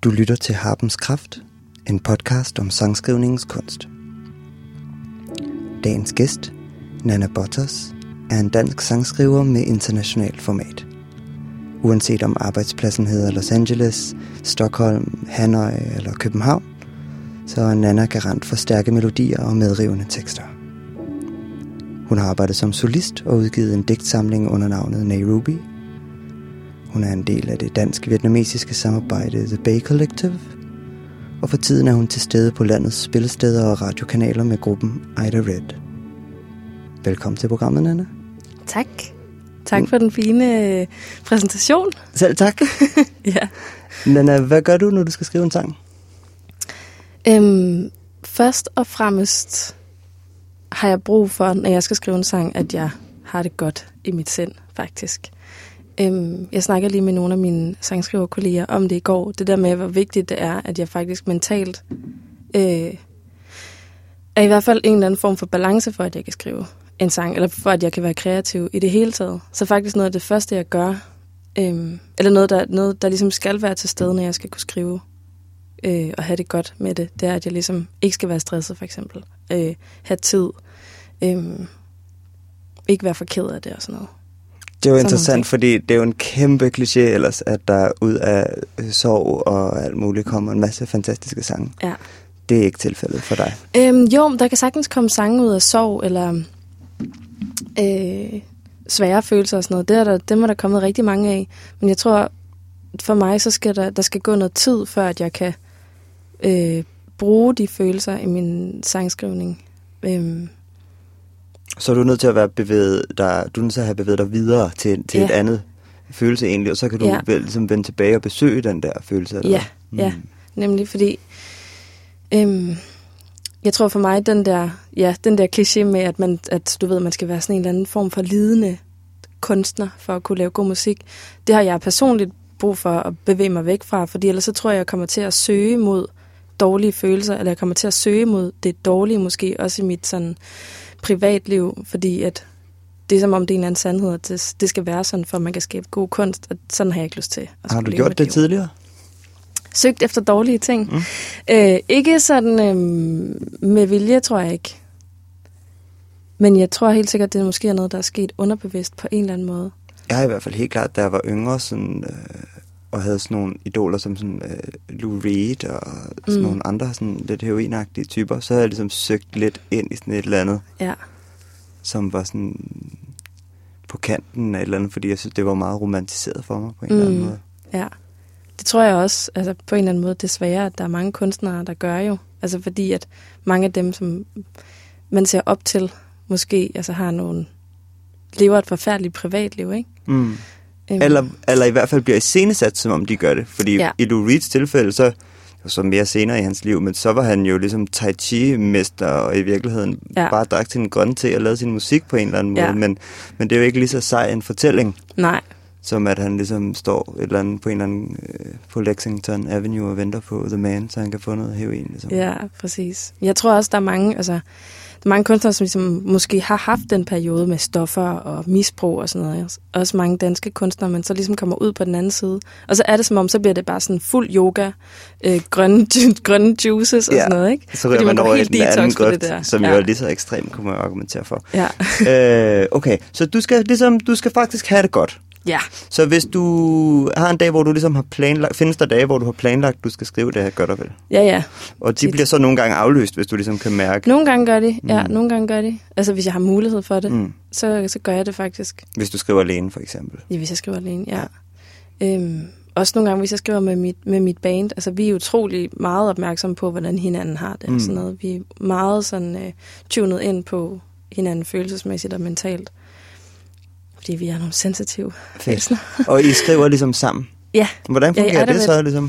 Du lytter til Harpens Kraft, en podcast om sangskrivningens kunst. Dagens gæst, Nanna Bottos, er en dansk sangskriver med internationalt format. Uanset om arbejdspladsen hedder Los Angeles, Stockholm, Hanoi eller København, så er Nanna garant for stærke melodier og medrivende tekster. Hun har arbejdet som solist og udgivet en digtsamling under navnet Nairobi. Hun er en del af det dansk-vietnamesiske samarbejde The Bay Collective, og for tiden er hun til stede på landets spillesteder og radiokanaler med gruppen Ida Red. Velkommen til programmet, Nanna. Tak. Tak for den fine præsentation. Selv tak. Ja. Nanna, hvad gør du, når du skal skrive en sang? Først og fremmest har jeg brug for, når jeg skal skrive en sang, at jeg har det godt i mit sind, faktisk. Jeg snakker lige med nogle af mine sangskriverkolleger om det i går. Det der med, hvor vigtigt det er, at jeg faktisk mentalt er i hvert fald en eller anden form for balance for, at jeg kan skrive en sang, eller for, at jeg kan være kreativ i det hele taget. Så faktisk noget af det første, jeg gør, eller noget, der ligesom skal være til stede, når jeg skal kunne skrive og have det godt med det, det er, at jeg ligesom ikke skal være stresset, for eksempel. Have tid. Ikke være for ked af det og sådan noget. Det er jo interessant, fordi det er jo en kæmpe kliché ellers, at der ud af sorg og alt muligt kommer en masse fantastiske sange. Ja. Det er ikke tilfældet for dig? Jo, der kan sagtens komme sange ud af sorg, eller svære følelser og sådan noget. Dem er der kommet rigtig mange af. Men jeg tror, for mig, så skal der skal gå noget tid, før at jeg kan bruge de følelser i min sangskrivning. Så er du nødt til at være bevæget dig, du er nødt til at have bevæget dig videre til et andet følelse egentlig, og så kan du ligesom vende tilbage og besøge den der følelse. Eller? Ja, nemlig fordi jeg tror for mig, den der kliché med, at du ved, man skal være sådan en eller anden form for lidende kunstner for at kunne lave god musik, det har jeg personligt brug for at bevæge mig væk fra, fordi ellers så tror jeg kommer til at søge mod dårlige følelser, eller jeg kommer til at søge mod det dårlige måske, også i mit sådan privatliv, fordi at det er som om det er en eller anden sandhed, at det skal være sådan, for at man kan skabe god kunst, og sådan har jeg ikke lyst til. Har du gjort det tidligere? Søgt efter dårlige ting. Ikke sådan med vilje, tror jeg ikke. Men jeg tror helt sikkert, at det måske er noget, der er sket underbevidst på en eller anden måde. Jeg har i hvert fald helt klart, da jeg var yngre, sådan, og havde sådan nogle idoler som sådan, Lou Reed og sådan nogle andre sådan lidt heroinagtige typer, så havde jeg ligesom søgt lidt ind i sådan et eller andet, som var sådan på kanten af et eller andet, fordi jeg synes, det var meget romantiseret for mig på en eller anden måde. Ja, det tror jeg også, altså på en eller anden måde desværre, at der er mange kunstnere, der gør jo. Altså fordi, at mange af dem, som man ser op til, måske altså lever et forfærdeligt privatliv, ikke? Eller i hvert fald bliver iscenesat, som om de gør det. Fordi i Lou Reeds tilfælde, så mere senere i hans liv, men så var han jo ligesom tai chi-mester, og i virkeligheden bare drak sin grønne te og lavede sin musik på en eller anden måde. Men det er jo ikke lige så sej en fortælling. Nej. Som at han ligesom står et eller andet på en eller anden på Lexington Avenue og venter på The Man, så han kan få noget heroin. Ligesom. Ja, præcis. Jeg tror også, der er mange kunstnere, som ligesom måske har haft den periode med stoffer og misbrug og sådan noget. Også mange danske kunstnere, men så ligesom kommer ud på den anden side. Og så er det som om, så bliver det bare sådan fuld yoga, grønne juices og sådan noget, ikke? Så ryger man over i den anden grøft, som jo er lige så ekstremt, kunne man jo argumentere for. Ja. Okay, så du skal faktisk have det godt. Ja. Så hvis du har en dag, hvor du ligesom har planlagt, findes der dage, hvor du har planlagt, du skal skrive det her, gør dig vel? Ja. Og de bliver så nogle gange afløst, hvis du ligesom kan mærke. Nogle gange gør de, nogle gange gør de. Altså hvis jeg har mulighed for det, så gør jeg det faktisk. Hvis du skriver alene, for eksempel? Ja, hvis jeg skriver alene, ja. Også nogle gange, hvis jeg skriver med mit band. Altså vi er utrolig meget opmærksomme på, hvordan hinanden har det og sådan noget. Vi er meget sådan tunet ind på hinanden følelsesmæssigt og mentalt. Fordi vi er nogle sensitive væsener. Og I skriver ligesom sammen? Ja. Hvordan fungerer det så ligesom?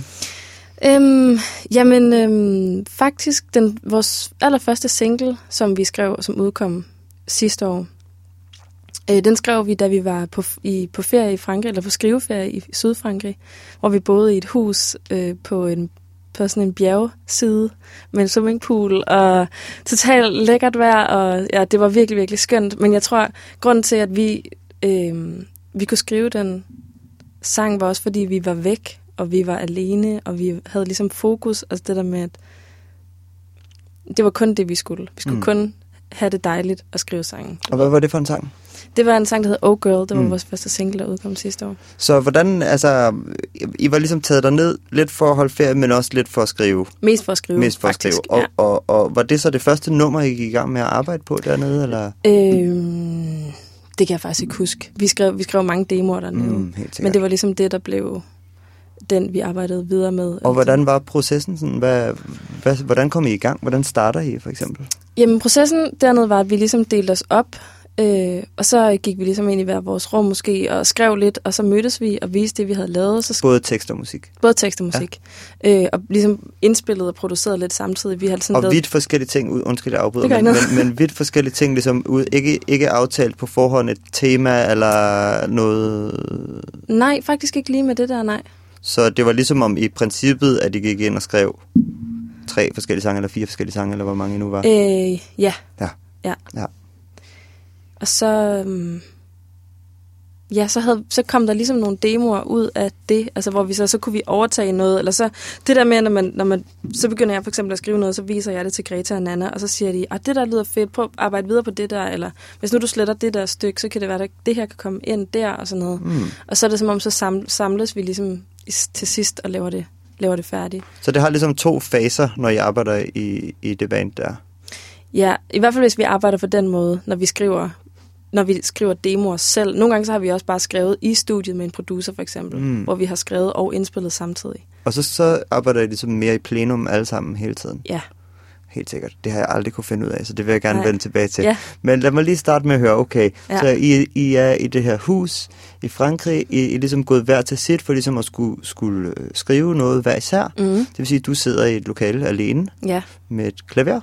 Faktisk vores allerførste single, som vi skrev, som udkom sidste år, den skrev vi, da vi var på ferie i Frankrig, eller på skriveferie i Sydfrankrig, hvor vi boede i et hus på sådan en bjergside med en swimmingpool og totalt lækkert vejr, og ja, det var virkelig, virkelig skønt. Men jeg tror, grunden til, at vi kunne skrive den sang, var også, fordi vi var væk og vi var alene, og vi havde ligesom fokus, altså det der med, at det var kun det, vi skulle. Vi skulle kun have det dejligt at skrive sangen. Og hvad var det for en sang? Det var en sang, der hed Oh Girl. Det var vores første single, der udkom sidste år. Så hvordan, altså, I var ligesom taget derned lidt for at holde ferie, men også lidt for at skrive? Mest for at skrive, faktisk. Ja. Og var det så det første nummer, I gik i gang med at arbejde på dernede, eller? Det kan jeg faktisk ikke huske. Vi skrev mange demoer dernede. Men det var ligesom det, der blev den, vi arbejdede videre med. Og hvordan var processen? Sådan, hvordan kom I i gang? Hvordan starter I, for eksempel? Jamen, processen dernede var, at vi ligesom delte os op, og så gik vi ligesom ind i hver vores rum måske, og skrev lidt, og så mødtes vi og viste det, vi havde lavet. Så både tekst og musik? Både tekst og musik. Ja. Og ligesom indspillet og produceret lidt samtidig. Vi havde sådan og vidt forskellige ting ud, undskyld jeg afbryder, men vidt forskellige ting ligesom ud, ikke aftalt på forhånd et tema eller noget? Nej, faktisk ikke lige med det der, nej. Så det var ligesom om i princippet, at I gik ind og skrev 3 forskellige sange, eller 4 forskellige sange, eller hvor mange I nu var? Ja. Og så, så kom der ligesom nogle demoer ud af det, altså hvor vi så kunne vi overtage noget, eller så det der med, når man så begynder jeg for eksempel at skrive noget, så viser jeg det til Greta og Nana, og så siger de, det der lyder fedt, prøv at arbejde videre på det der, eller hvis nu du sletter det der stykke, så kan det være, at det her kan komme ind der, og sådan noget. Og så er det som om, så samles vi ligesom til sidst og laver det færdigt. Så det har ligesom 2 faser, når I arbejder i det band der? Ja, i hvert fald hvis vi arbejder på den måde, når vi skriver demoer selv. Nogle gange så har vi også bare skrevet i studiet med en producer for eksempel, hvor vi har skrevet og indspillet samtidig. Og så arbejder I ligesom mere i plenum alle sammen hele tiden? Ja. Helt sikkert. Det har jeg aldrig kunne finde ud af, så det vil jeg gerne vende tilbage til. Ja. Men lad mig lige starte med at høre, okay, så I er i det her hus i Frankrig, I er ligesom gået hver til sit for ligesom at skulle skrive noget hver især. Det vil sige, at du sidder i et lokale alene med et klaver?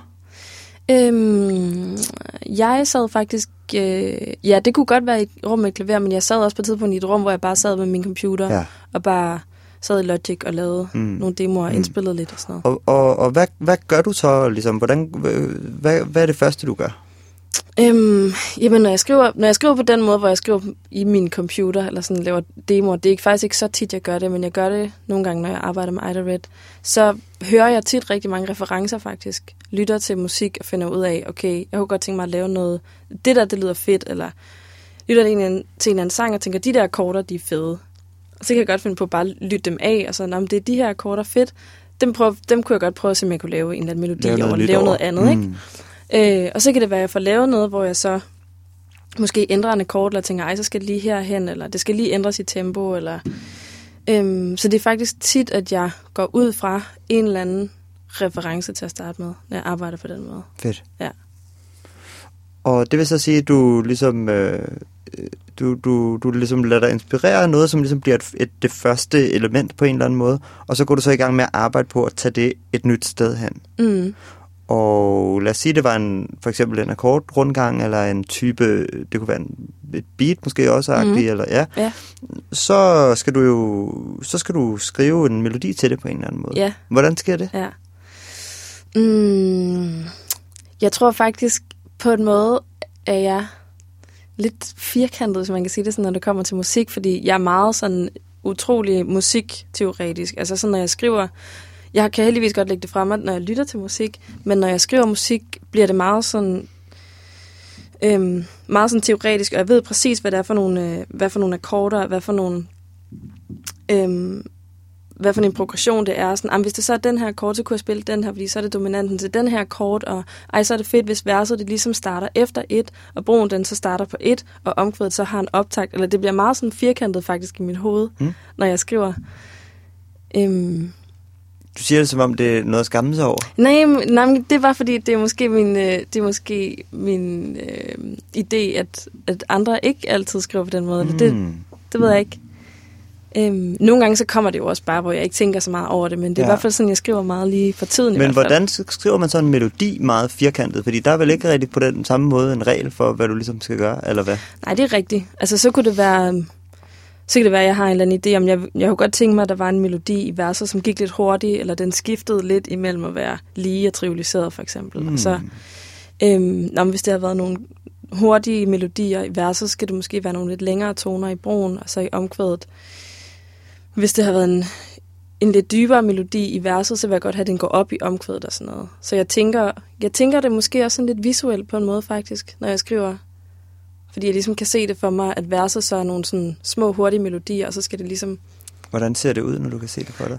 Jeg sad faktisk, det kunne godt være i et rum med et klaver, men jeg sad også på et tidspunkt i et rum, hvor jeg bare sad med min computer og bare sad i Logic og lavede nogle demoer og indspillede lidt og sådan noget. Og hvad gør du så, ligesom, hvad er det første, du gør? Jamen, når jeg skriver på den måde, hvor jeg skriver i min computer, eller sådan laver demoer, det er faktisk ikke så tit, jeg gør det, men jeg gør det nogle gange, når jeg arbejder med Ida Red, så hører jeg tit rigtig mange referencer faktisk. Lytter til musik og finder ud af, okay, jeg kunne godt tænke mig at lave noget, det lyder fedt, eller lytter til en anden sang og tænker, de der akkorder, de er fede. Og så kan jeg godt finde på at bare lytte dem af, og så, det er de her akkorder fedt, dem kunne jeg godt prøve at se, om jeg kunne lave en eller anden melodi over, lave noget andet, ikke? Og så kan det være, at jeg får lavet noget, hvor jeg så måske ændrer en akkord, eller tænker, så skal det lige herhen, eller det skal lige ændres i tempo, eller... så det er faktisk tit, at jeg går ud fra en eller anden reference til at starte med, når jeg arbejder på den måde. Fedt. Ja. Og det vil så sige, at du ligesom... Du ligesom lader dig inspirere af noget, som ligesom bliver det første element på en eller anden måde, og så går du så i gang med at arbejde på at tage det et nyt sted hen. Og lad os sige, det var for eksempel en akkordrundgang, eller en type, det kunne være et beat måske også, eller så skal du skrive en melodi til det på en eller anden måde. Ja. Hvordan sker det? Ja. Jeg tror faktisk, på en måde er jeg lidt firkantet, hvis man kan sige det sådan, når det kommer til musik, fordi jeg er meget sådan utrolig musikteoretisk. Altså sådan, når jeg skriver, jeg kan heldigvis godt lægge det frem, når jeg lytter til musik, men når jeg skriver musik, bliver det meget sådan teoretisk, og jeg ved præcis, hvad det er for nogle akkorder, hvad for en progression det er. Sådan, hvis det så er den her akkord, så kunne jeg spille den her, fordi så er det dominanten til den her akkord, og så er det fedt, hvis verset det ligesom starter efter 1, og broen den så starter på 1, og omkvædet så har en optakt, eller det bliver meget sådan firkantet faktisk i mit hoved, når jeg skriver. Du siger det, som om det er noget at skamme sig over? Nej, men det var fordi, det er måske min idé, at andre ikke altid skriver på den måde. Det ved jeg ikke. Nogle gange så kommer det jo også bare, hvor jeg ikke tænker så meget over det, men det er i hvert fald sådan, jeg skriver meget lige for tiden. Men hvordan skriver man så en melodi meget firkantet? Fordi der er vel ikke rigtig på den samme måde en regel for, hvad du ligesom skal gøre, eller hvad? Nej, det er rigtigt. Altså så kunne det være... Så kan det være, at jeg har en eller anden idé om, jeg kunne godt tænke mig, at der var en melodi i verser, som gik lidt hurtigt, eller den skiftede lidt imellem at være lige og trivialiseret, for eksempel. Og så, hvis det har været nogle hurtige melodier i verser, skal det måske være nogle lidt længere toner i broen, og så i omkvædet. Hvis det har været en lidt dybere melodi i verset, så vil jeg godt have, at den går op i omkvædet og sådan noget. Så jeg tænker det måske også sådan lidt visuelt på en måde faktisk, når jeg skriver. Fordi jeg ligesom kan se det for mig, at verset så er nogle sådan små, hurtige melodier, og så skal det ligesom... Hvordan ser det ud, når du kan se det for dig?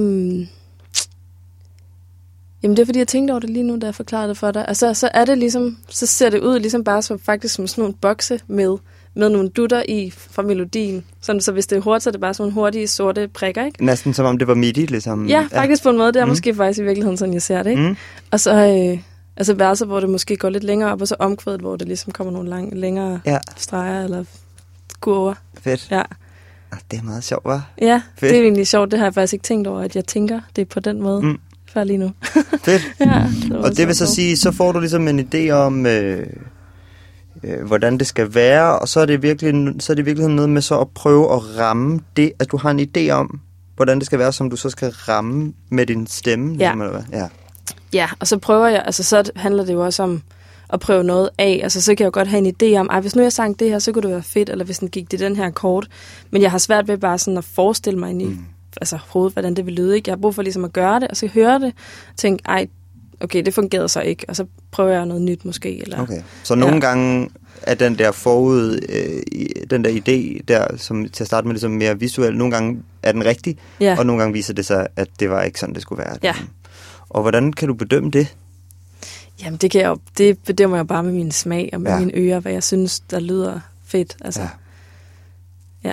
Jamen det er fordi, jeg tænkte over det lige nu, da jeg forklarede det for dig. Altså så er det ligesom, så ser det ud ligesom bare som, faktisk som sådan nogle bokse med nogle dutter i fra melodien. Sådan, så hvis det er hurtigt, så er det bare sådan nogle hurtige sorte prikker, ikke? Næsten som om det var MIDI, ligesom. Ja, faktisk på en måde. Det er måske faktisk i virkeligheden sådan, jeg ser det, ikke? Og så altså verser, hvor det måske går lidt længere op, og så omkvædet, hvor det ligesom kommer nogle længere streger eller kurver. Fedt. Ja. Det er meget sjovt, hva'? Ja, fedt. Det er egentlig sjovt. Det har jeg faktisk ikke tænkt over, at jeg tænker det på den måde. Før lige nu. Fedt. Ja, og det vil så sige, så får du ligesom en idé om, hvordan det skal være, og så er det virkelig noget med så at prøve at ramme det, at du har en idé om, hvordan det skal være, som du så skal ramme med din stemme. Ja. Ligesom, eller hvad? Ja, og så prøver jeg, altså så handler det jo også om at prøve noget af, altså så kan jeg jo godt have en idé om, hvis nu jeg sang det her, så kunne det være fedt, eller hvis den gik det den her akkord, men jeg har svært ved bare sådan at forestille mig ind i altså hovedet, hvordan det vil lyde, ikke? Jeg har brug for ligesom at gøre det, og så høre det, og tænke, okay, det fungerede så ikke, og så prøver jeg noget nyt måske. Eller, okay, så nogle gange er den der den der idé der, som til at starte med ligesom mere visuel, nogle gange er den rigtig, og nogle gange viser det sig, at det var ikke sådan, det skulle være. Ja. Og hvordan kan du bedømme det? Jamen, det bedømmer jeg bare med min smag og med mine ører, hvad jeg synes, der lyder fedt. Altså, ja.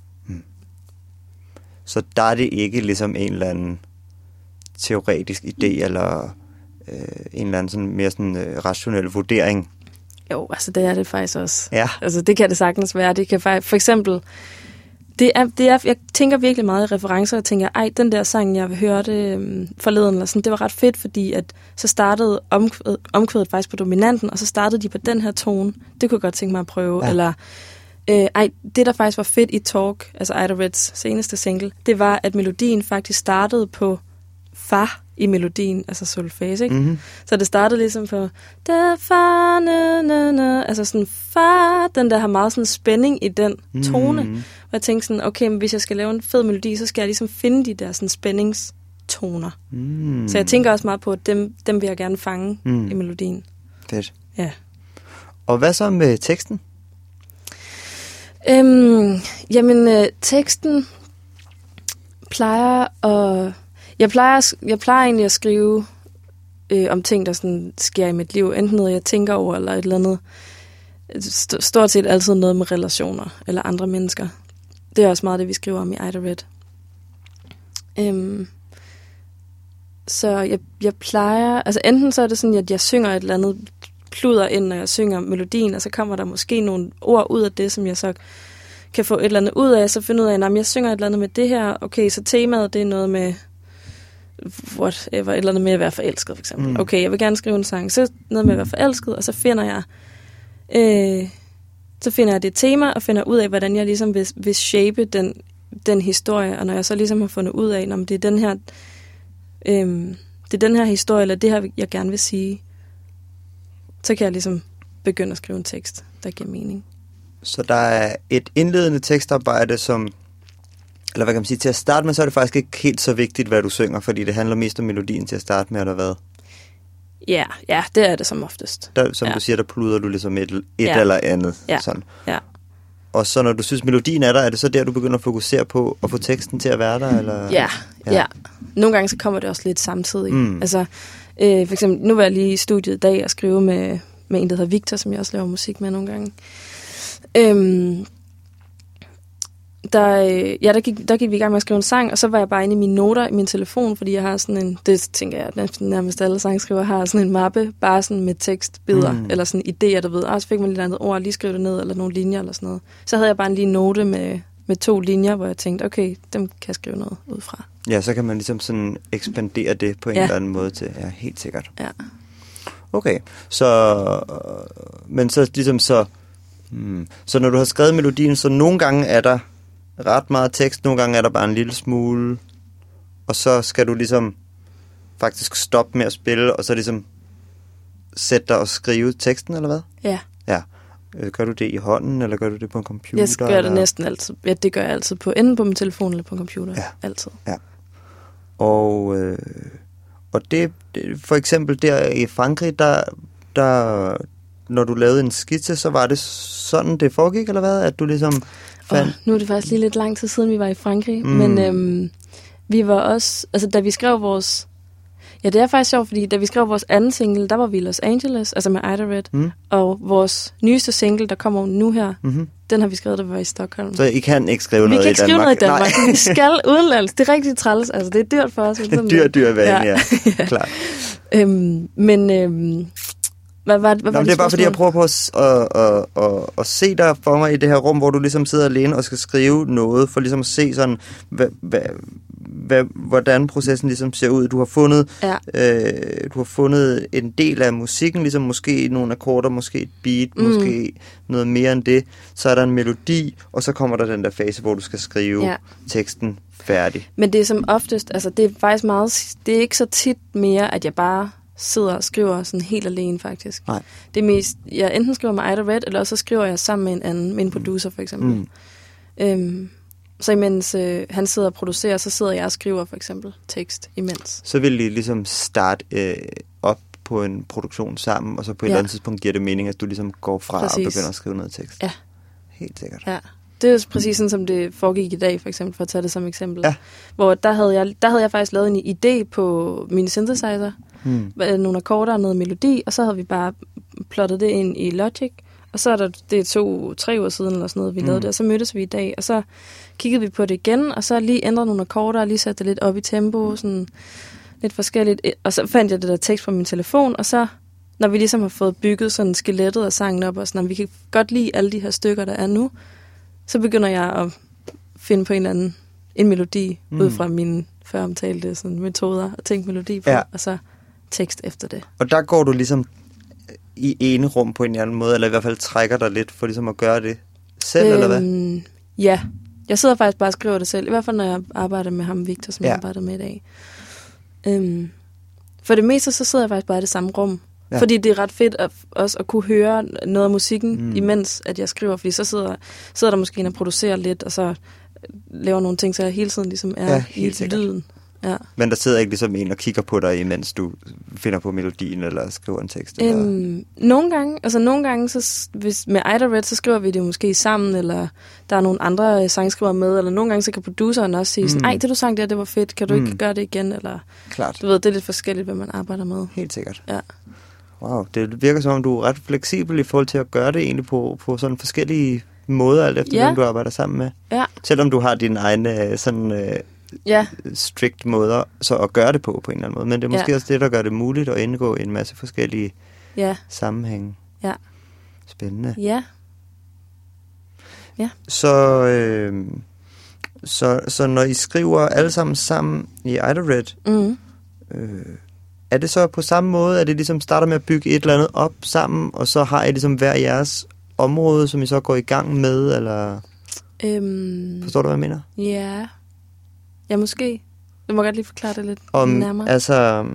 Så der er det ikke ligesom en eller anden teoretisk idé, eller en eller anden sådan mere sådan rationel vurdering? Jo, altså det er det faktisk også. Ja. Altså det kan det sagtens være. Det kan for eksempel, jeg tænker virkelig meget i referencer, og tænker, den der sang, jeg hørte forleden, eller sådan, det var ret fedt, fordi at så startede omkvædet faktisk på dominanten, og så startede de på den her tone. Det kunne jeg godt tænke mig at prøve. Ja. Eller, det der faktisk var fedt i Talk, altså Ida Reds seneste single, det var, at melodien faktisk startede på fa i melodien, altså solfege, ikke? Mm-hmm. Så det startede ligesom på da fa na na na, altså sådan fa, den der har meget sådan spænding i den tone. Og jeg tænkte sådan, okay, men hvis jeg skal lave en fed melodi, så skal jeg ligesom finde de der sådan spændingstoner. Så jeg tænker også meget på, at dem vil jeg gerne fange i melodien. Fedt. Ja. Og hvad så med teksten? Teksten plejer at... Jeg plejer egentlig at skrive om ting, der sådan sker i mit liv. Enten noget, jeg tænker over, eller et eller andet. Stort set altid noget med relationer, eller andre mennesker. Det er også meget det, vi skriver om i Ida Red. Så jeg plejer... Altså enten så er det sådan, at jeg synger et eller andet kluder ind, når jeg synger melodien, og så kommer der måske nogle ord ud af det, som jeg så kan få et eller andet ud af, så finde ud af, at jeg synger et eller andet med det her. Okay, så temaet, det er noget med whatever, et eller andet med at være forelsket, for eksempel. Okay, jeg vil gerne skrive en sang, så noget med at være forelsket, og så finder jeg det tema, og finder ud af, hvordan jeg ligesom vil shape den historie, og når jeg så ligesom har fundet ud af, om det er den her historie, eller det her, jeg gerne vil sige, så kan jeg ligesom begynde at skrive en tekst, der giver mening. Så der er et indledende tekstarbejde, som, eller hvad kan man sige, til at starte med, så er det faktisk ikke helt så vigtigt, hvad du synger, fordi det handler mest om melodien til at starte med, eller hvad? Ja, det er det som oftest. Som du siger, der pluder du ligesom et eller andet. Ja. Sådan. Ja. Og så når du synes, melodien er der, er det så der, du begynder at fokusere på at få teksten til at være der? Eller? Ja. Nogle gange så kommer det også lidt samtidig. Altså, for eksempel, nu var jeg lige i studiet i dag og skrive med en, der hedder Victor, som jeg også laver musik med nogle gange. Der gik vi i gang med at skrive en sang, og så var jeg bare inde i mine noter i min telefon, fordi jeg har sådan en, det tænker jeg, nærmest alle sangskriver har sådan en mappe, bare sådan med tekstbilleder, eller sådan idéer, der ved, så fik man lidt andet ord, lige skrive det ned, eller nogle linjer, eller sådan noget. Så havde jeg bare en lige note med 2 linjer, hvor jeg tænkte, okay, dem kan jeg skrive noget ud fra. Ja, så kan man ligesom sådan ekspandere det på en eller anden måde til, helt sikkert. Ja. Okay, men så ligesom så når du har skrevet melodien, så nogle gange er der ret meget tekst, nogle gange er der bare en lille smule, og så skal du ligesom faktisk stoppe med at spille, og så ligesom sætte dig og skrive teksten, eller hvad? Ja. Ja. Gør du det i hånden, eller gør du det på en computer? Jeg gør det næsten altid. Ja, det gør jeg altid enten på min telefon eller på en computer. Ja. Altid. Ja. Og det for eksempel der i Frankrig, der når du lavede en skitse, så var det sådan, det foregik, eller hvad? At du ligesom fandt... Nu er det faktisk lige lidt lang tid siden, vi var i Frankrig, men vi var også... Altså, da vi skrev vores... Ja, det er faktisk sjovt, fordi da vi skrev vores anden single, der var vi i Los Angeles, altså med Ida Red, og vores nyeste single, der kommer nu her, den har vi skrevet, da vi var i Stockholm. Så I kan ikke skrive noget i Danmark? Vi kan ikke skrive noget i Danmark, vi skal udenlands. Det er rigtig træls, altså det er dyrt for os. dyr vand, ja. Klart. Hvad var det er bare fordi, jeg prøver på at se dig for mig i det her rum, hvor du ligesom sidder alene og skal skrive noget, for ligesom at se sådan, hvordan processen ligesom ser ud. Du har fundet en del af musikken, ligesom måske nogle akkorder, måske et beat, måske noget mere end det. Så er der en melodi, og så kommer der den der fase, hvor du skal skrive teksten færdig. Men det er som oftest, altså det er faktisk meget, det er ikke så tit mere, at jeg bare sidder og skriver sådan helt alene, faktisk. Nej. Det er mest, jeg enten skriver med Ida Red, eller så skriver jeg sammen med en anden, med en producer for eksempel. Så imens han sidder og producerer, så sidder jeg og skriver for eksempel tekst imens. Så vil I ligesom starte op på en produktion sammen, og så på et eller andet tidspunkt giver det mening, at du ligesom går fra og begynder at skrive noget tekst. Ja. Helt sikkert. Ja. Det er præcis sådan, som det foregik i dag, for eksempel, for at tage det som eksempel. Ja. Hvor der havde jeg faktisk lavet en idé på min synthesizer, nogle akkorder og noget melodi, og så havde vi bare plottet det ind i Logic, og så er det 2-3 uger siden eller sådan noget, vi lavede det, og så mødtes vi i dag, og så kiggede vi på det igen, og så lige ændrede nogle akkorder, og lige satte det lidt op i tempo, sådan lidt forskelligt, og så fandt jeg det der tekst på min telefon, og så, når vi ligesom har fået bygget sådan skelettet og sangen op, og sådan, vi kan godt lide alle de her stykker, der er nu, så begynder jeg at finde på en melodi, ud fra mine før omtalte sådan, metoder, og tænke melodi på, og så tekst efter det. Og der går du ligesom i ene rum på en eller anden måde, eller i hvert fald trækker dig lidt for ligesom at gøre det selv, eller hvad? Ja, jeg sidder faktisk bare og skriver det selv, i hvert fald når jeg arbejder med ham, Victor, som jeg arbejder med i dag. For det meste, så sidder jeg faktisk bare i det samme rum. Ja. Fordi det er ret fedt også at kunne høre noget af musikken, imens at jeg skriver, fordi så sidder der måske en og producerer lidt, og så laver nogle ting, så jeg hele tiden ligesom er i lyden. Ja. Men der sidder ikke ligesom en og kigger på dig, imens du finder på melodien eller skriver en tekst? Nogle gange, så hvis med Ida Red, så skriver vi det måske sammen, eller der er nogle andre sangskrivere med, eller nogle gange, så kan produceren også sige sådan, ej, det du sang der, det var fedt, kan du ikke gøre det igen? Eller, klart. Du ved, det er lidt forskelligt, hvad man arbejder med. Helt sikkert. Ja. Wow, det virker som om, du er ret fleksibel i forhold til at gøre det egentlig på sådan forskellige måder, alt efter hvem du arbejder sammen med. Ja. Selvom du har dine egne sådan strict måder så at gøre det på en eller anden måde. Men det er måske også det, der gør det muligt at indgå i en masse forskellige sammenhænge. Ja. Spændende. Ja. Ja. Så når I skriver alle sammen i Ida Red, er det så på samme måde, at det ligesom starter med at bygge et eller andet op sammen, og så har I ligesom hver jeres område, som I så går i gang med, eller... Forstår du, hvad jeg mener? Ja. Ja, måske. Du må godt lige forklare det lidt nærmere. Altså...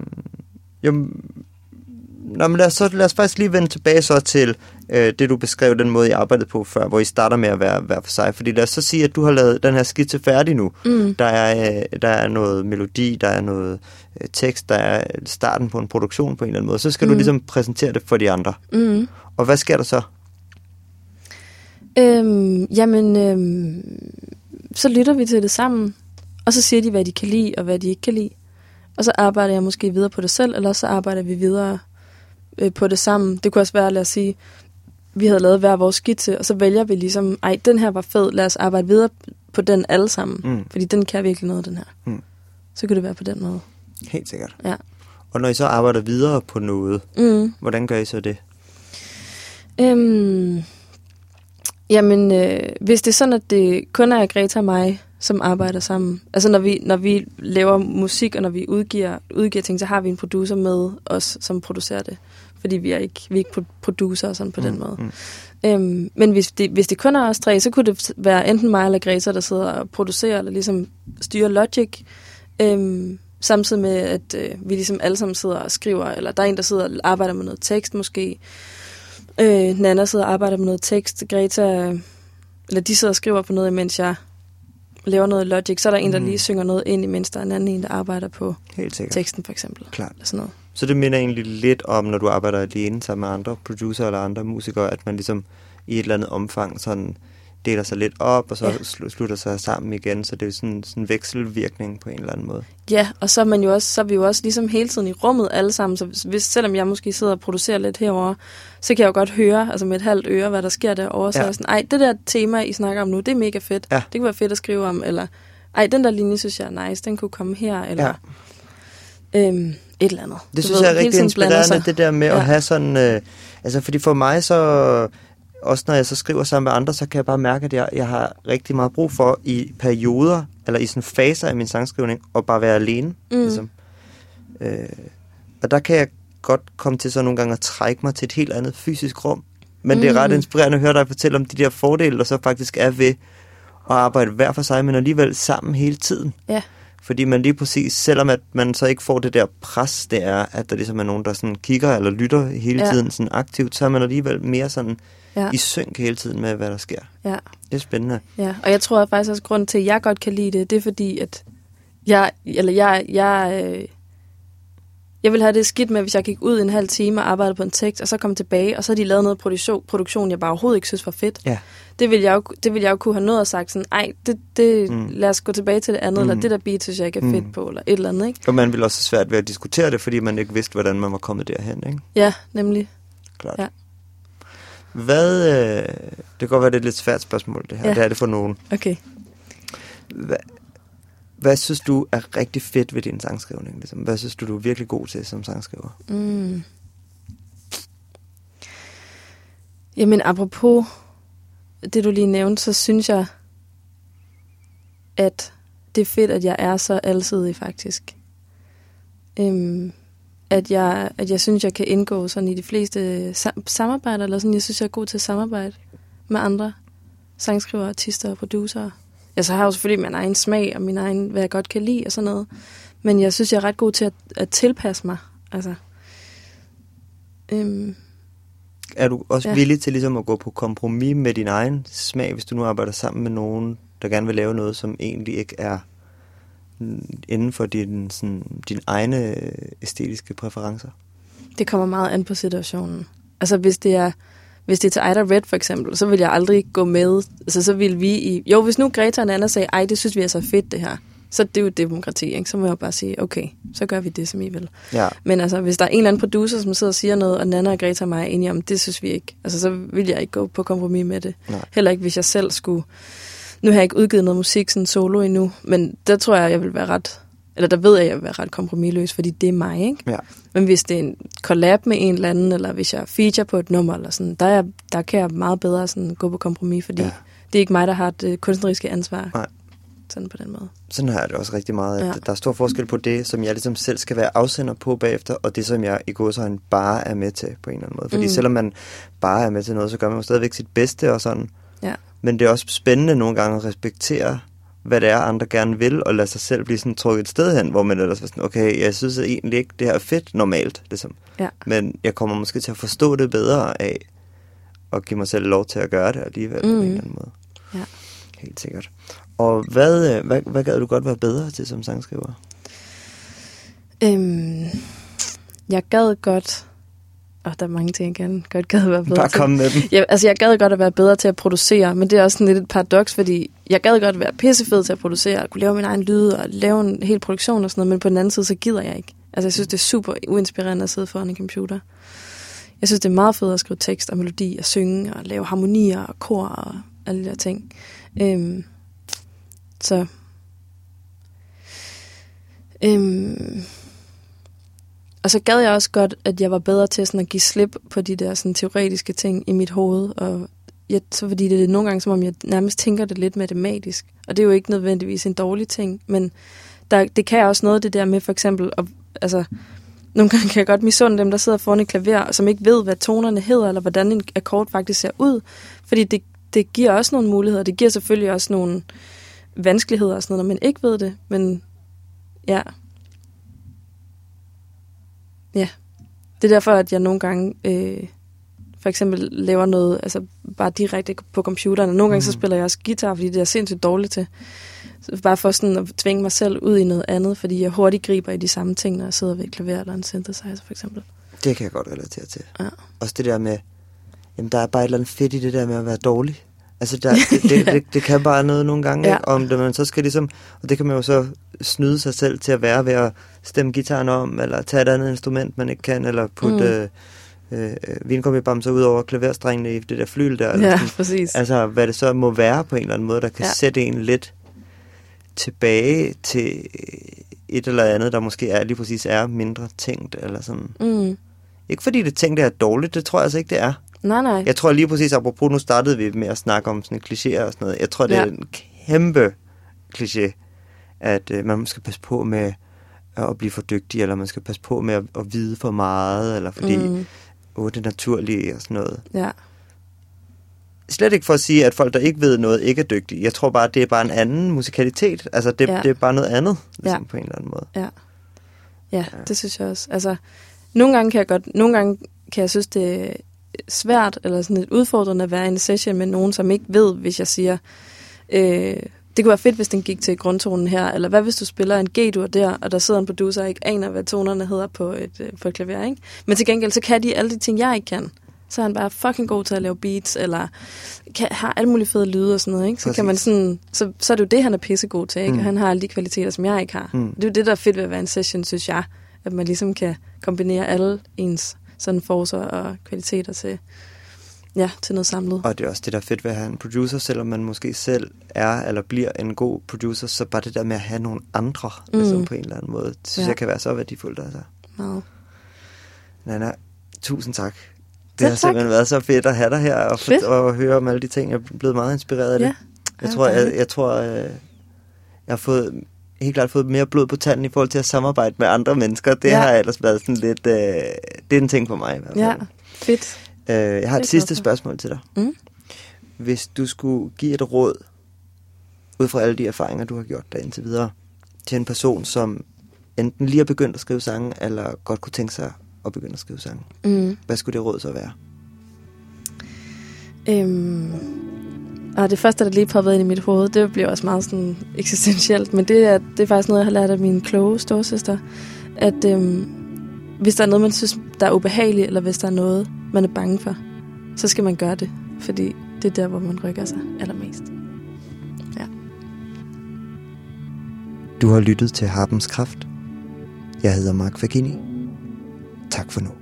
men lad os faktisk lige vende tilbage så til det, du beskrev, den måde, I arbejdede på før, hvor I starter med at være hver for sig. Fordi lad os så sige, at du har lavet den her skitse færdig nu. Der er noget melodi, der er noget tekst, der er starten på en produktion på en eller anden måde. Så skal du ligesom præsentere det for de andre. Og hvad sker der så? Så lytter vi til det sammen, og så siger de, hvad de kan lide, og hvad de ikke kan lide. Og så arbejder jeg måske videre på det selv, eller så arbejder vi videre på det sammen. Det kunne også være, lad os sige, vi havde lavet hver vores skitse, og så vælger vi ligesom, ej, den her var fed, lad os arbejde videre på den alle sammen, fordi den kan virkelig noget, den her. Så kunne det være på den måde. Helt sikkert. Ja. Og når I så arbejder videre på noget, hvordan gør I så det? Hvis det er sådan, at det kun er Greta og mig, som arbejder sammen. Altså når vi laver musik, og når vi udgiver ting, så har vi en producer med os, som producerer det. Fordi vi er ikke producer sådan på den måde. Men hvis det kun er os tre, så kunne det være enten mig eller Greta, der sidder og producerer, eller ligesom styrer Logic. Samtidig med, at vi ligesom alle sammen sidder og skriver, eller der er en, der sidder og arbejder med noget tekst måske. Nana sidder og arbejder med noget tekst. Greta, eller de sidder og skriver på noget, mens jeg laver noget Logic, så er der en, der lige synger noget ind, imens der er en anden, der arbejder på teksten, for eksempel. Klart. Eller sådan noget. Så det minder egentlig lidt om, når du arbejder alene sammen med andre producer eller andre musikere, at man ligesom i et eller andet omfang sådan deler sig lidt op, og så slutter sig sammen igen, så det er sådan en vekselvirkning på en eller anden måde. Ja, og så er vi jo også ligesom hele tiden i rummet alle sammen, så selvom jeg måske sidder og producerer lidt herover, så kan jeg jo godt høre, altså med et halvt øre, hvad der sker derovre, så er jeg sådan, ej, det der tema, I snakker om nu, det er mega fedt, det kunne være fedt at skrive om, eller ej, den der linje, synes jeg er nice, den kunne komme her, eller et eller andet. Det synes jeg er rigtig inspirerende, det der med at have sådan, altså fordi for mig så, også når jeg så skriver sammen med andre, så kan jeg bare mærke, at jeg har rigtig meget brug for i perioder, eller i sådan faser af min sangskrivning, at bare være alene. Ligesom. Og der kan jeg godt komme til så nogle gange at trække mig til et helt andet fysisk rum. Men det er ret inspirerende at høre dig fortælle om de der fordele, der så faktisk er ved at arbejde hver for sig, men alligevel sammen hele tiden. Ja. Fordi man lige præcis, selvom at man så ikke får det der pres, det er, at der ligesom er nogen, der sådan kigger eller lytter hele tiden sådan aktivt, så er man alligevel mere sådan i synk hele tiden med, hvad der sker. Ja. Det er spændende. Ja, og jeg tror faktisk også, grunden til, at jeg godt kan lide det, det er fordi, at jeg vil have det skidt med, hvis jeg gik ud en halv time og arbejdede på en tekst, og så kom tilbage, og så har de lavet noget produktion, jeg bare overhovedet ikke synes var fedt. Ja. Det vil jeg jo kunne have nået og sagt sådan, ej, lad os gå tilbage til det andet, eller det der beat, synes jeg ikke er fedt på, eller et eller andet, ikke? Og man vil også have svært ved at diskutere det, fordi man ikke vidste, hvordan man var kommet derhen, ikke? Ja, nemlig. Klart. Ja. Det kan godt være, det er et lidt svært spørgsmål, det her. Ja. Det er det for nogen. Okay. Hvad synes du er rigtig fedt ved din sangskrivning? Ligesom? Hvad synes du er virkelig god til som sangskriver? Jamen, apropos det, du lige nævnte, så synes jeg, at det er fedt, at jeg er så alsidig, faktisk. At jeg synes, jeg kan indgå sådan i de fleste samarbejder, eller sådan, jeg synes, jeg er god til at samarbejde med andre sangskrivere, artister og producerer. Ja, så har jeg jo selvfølgelig min egen smag, og min egen, hvad jeg godt kan lide, og sådan noget. Men jeg synes, jeg er ret god til at tilpasse mig. Altså. Er du også villig til ligesom at gå på kompromis med din egen smag, hvis du nu arbejder sammen med nogen, der gerne vil lave noget, som egentlig ikke er inden for dine egne æstetiske præferencer? Det kommer meget an på situationen. Altså hvis det er til Ida Red for eksempel, så vil jeg aldrig gå med. Altså så vil vi hvis nu Greta og Anna sagde, ej, det synes vi er så fedt det her, så det er jo demokrati, ikke? Så må jeg jo bare sige, okay, så gør vi det, som I vil. Ja. Men altså, hvis der er en eller anden producer, som sidder og siger noget, og Nana og Greta og mig er enige om, det synes vi ikke. Altså, så vil jeg ikke gå på kompromis med det. Nej. Heller ikke, hvis jeg selv skulle. Nu har jeg ikke udgivet noget musik sådan solo endnu, men der tror jeg vil være ret, eller der ved jeg vil være ret kompromisløs, fordi det er mig, ikke? Ja. Men hvis det er en collab med en eller anden, eller hvis jeg feature på et nummer, eller sådan, der kan jeg meget bedre sådan gå på kompromis, fordi det er ikke mig, der har det kunstneriske ansvar. Nej. Sådan på den måde. Sådan har jeg det også rigtig meget. At der er stor forskel på det, som jeg ligesom selv skal være afsender på bagefter, og det, som jeg i gåseøjne bare er med til på en eller anden måde. Fordi selvom man bare er med til noget, så gør man jo stadigvæk sit bedste og sådan. Ja. Men det er også spændende nogle gange at respektere, hvad det er, andre gerne vil, og lade sig selv blive sådan trukket et sted hen, hvor man ellers var sådan, okay, jeg synes egentlig ikke, det her er fedt normalt, ligesom. Ja. Men jeg kommer måske til at forstå det bedre af, og give mig selv lov til at gøre det alligevel på en eller anden måde. Ja. Helt sikkert. Og hvad gad du godt være bedre til som sangskriver? Jeg gad godt. Der er mange ting, jeg godt gad være bedre bare til. Bare komme med dem. Ja, altså, jeg gad godt at være bedre til at producere, men det er også sådan lidt et paradoks, fordi jeg gad godt at være pissefed til at producere, og kunne lave min egen lyd, og lave en hel produktion og sådan noget, men på den anden side, så gider jeg ikke. Altså, jeg synes, det er super uinspirerende at sidde foran en computer. Jeg synes, det er meget fedt at skrive tekst og melodi, og synge, og lave harmonier og kor, og alle de der ting. Og så gad jeg også godt, at jeg var bedre til sådan at give slip på de der sådan teoretiske ting i mit hoved. Og så fordi det er nogle gange, som om jeg nærmest tænker det lidt matematisk. Og det er jo ikke nødvendigvis en dårlig ting, men det kan også noget det der med for eksempel, altså nogle gange kan jeg godt misunde dem, der sidder foran et klaver, som ikke ved, hvad tonerne hedder, eller hvordan en akkord faktisk ser ud. Fordi det giver også nogle muligheder. Det giver selvfølgelig også nogle vanskeligheder og sådan noget, når man ikke ved det. Men ja. Ja. Det er derfor, at jeg nogle gange for eksempel laver noget, altså bare direkte på computeren. Og nogle gange så spiller jeg også guitar, fordi det er sindssygt dårligt til. Så bare for sådan at tvinge mig selv ud i noget andet, fordi jeg hurtigt griber i de samme ting, når jeg sidder ved et klaver eller en synthesizer for eksempel. Det kan jeg godt relatere til. Ja. Også det der med, jamen der er bare et eller andet fedt i det der med at være dårlig. Altså det kan bare noget nogle gange, ikke? Om det man så skal ligesom, og det kan man jo så snyde sig selv til at være ved at stemme gitaren om, eller tage et andet instrument, man ikke kan, eller putte vingummibamser ud over klaverstrengene i det der flyl der. Ja, præcis. Altså hvad det så må være på en eller anden måde, der kan sætte en lidt tilbage til et eller andet, der måske lige præcis er mindre tænkt, eller sådan. Ikke fordi det tænkte er dårligt, det tror jeg altså ikke, det er. Nej. Jeg tror lige præcis, apropos, nu startede vi med at snakke om sådan klichéer og sådan noget. Jeg tror, det er en kæmpe kliché, at man skal passe på med at blive for dygtig, eller man skal passe på med at vide for meget, eller fordi det er naturligt og sådan noget. Ja. Slet ikke for at sige, at folk, der ikke ved noget, ikke er dygtige. Jeg tror bare, det er bare en anden musikalitet. Altså, det er bare noget andet, ligesom, på en eller anden måde. Ja, det synes jeg også. Altså, nogle gange kan jeg synes, det er svært, eller sådan lidt udfordrende at være i en session med nogen, som ikke ved, hvis jeg siger, det kunne være fedt, hvis den gik til grundtonen her, eller hvad hvis du spiller en G-dur der, og der sidder en producer og ikke aner, hvad tonerne hedder på et klaver, ikke? Men til gengæld, så kan de alle de ting, jeg ikke kan. Så er han bare fucking god til at lave beats, eller har alle mulige fede lyde og sådan noget, ikke? Så kan man sådan, så er det jo det, han er pissegod til, ikke? Og han har alle de kvaliteter, som jeg ikke har. Det er jo det, der er fedt ved at være en session, synes jeg, at man ligesom kan kombinere alle ens sådan forcer og kvaliteter til noget samlet. Og det er også det, der er fedt ved at have en producer, selvom man måske selv er eller bliver en god producer, så bare det der med at have nogle andre, ligesom på en eller anden måde, det synes jeg kan være så værdifuldt. Altså. Meget. Nanna, tusind tak. Det har simpelthen været så fedt at have dig her og høre om alle de ting. Jeg er blevet meget inspireret af det. Jeg tror, jeg har helt klart fået mere blod på tanden i forhold til at samarbejde med andre mennesker. Det har ellers været sådan lidt... det er en ting for mig i hvert fald. Ja, fedt. Jeg har et sidste spørgsmål til dig. Hvis du skulle give et råd, ud fra alle de erfaringer, du har gjort der indtil videre, til en person, som enten lige har begyndt at skrive sange, eller godt kunne tænke sig at begynde at skrive sange. Hvad skulle det råd så være? Det første, der lige poppede ind i mit hoved, det bliver også meget sådan eksistentielt, men det er faktisk noget, jeg har lært af min kloge storesøster, at hvis der er noget, man synes, der er ubehageligt, eller hvis der er noget, man er bange for, så skal man gøre det, fordi det er der, hvor man rykker sig allermest. Ja. Du har lyttet til Harpens Kraft. Jeg hedder Mark Fagini. Tak for nu.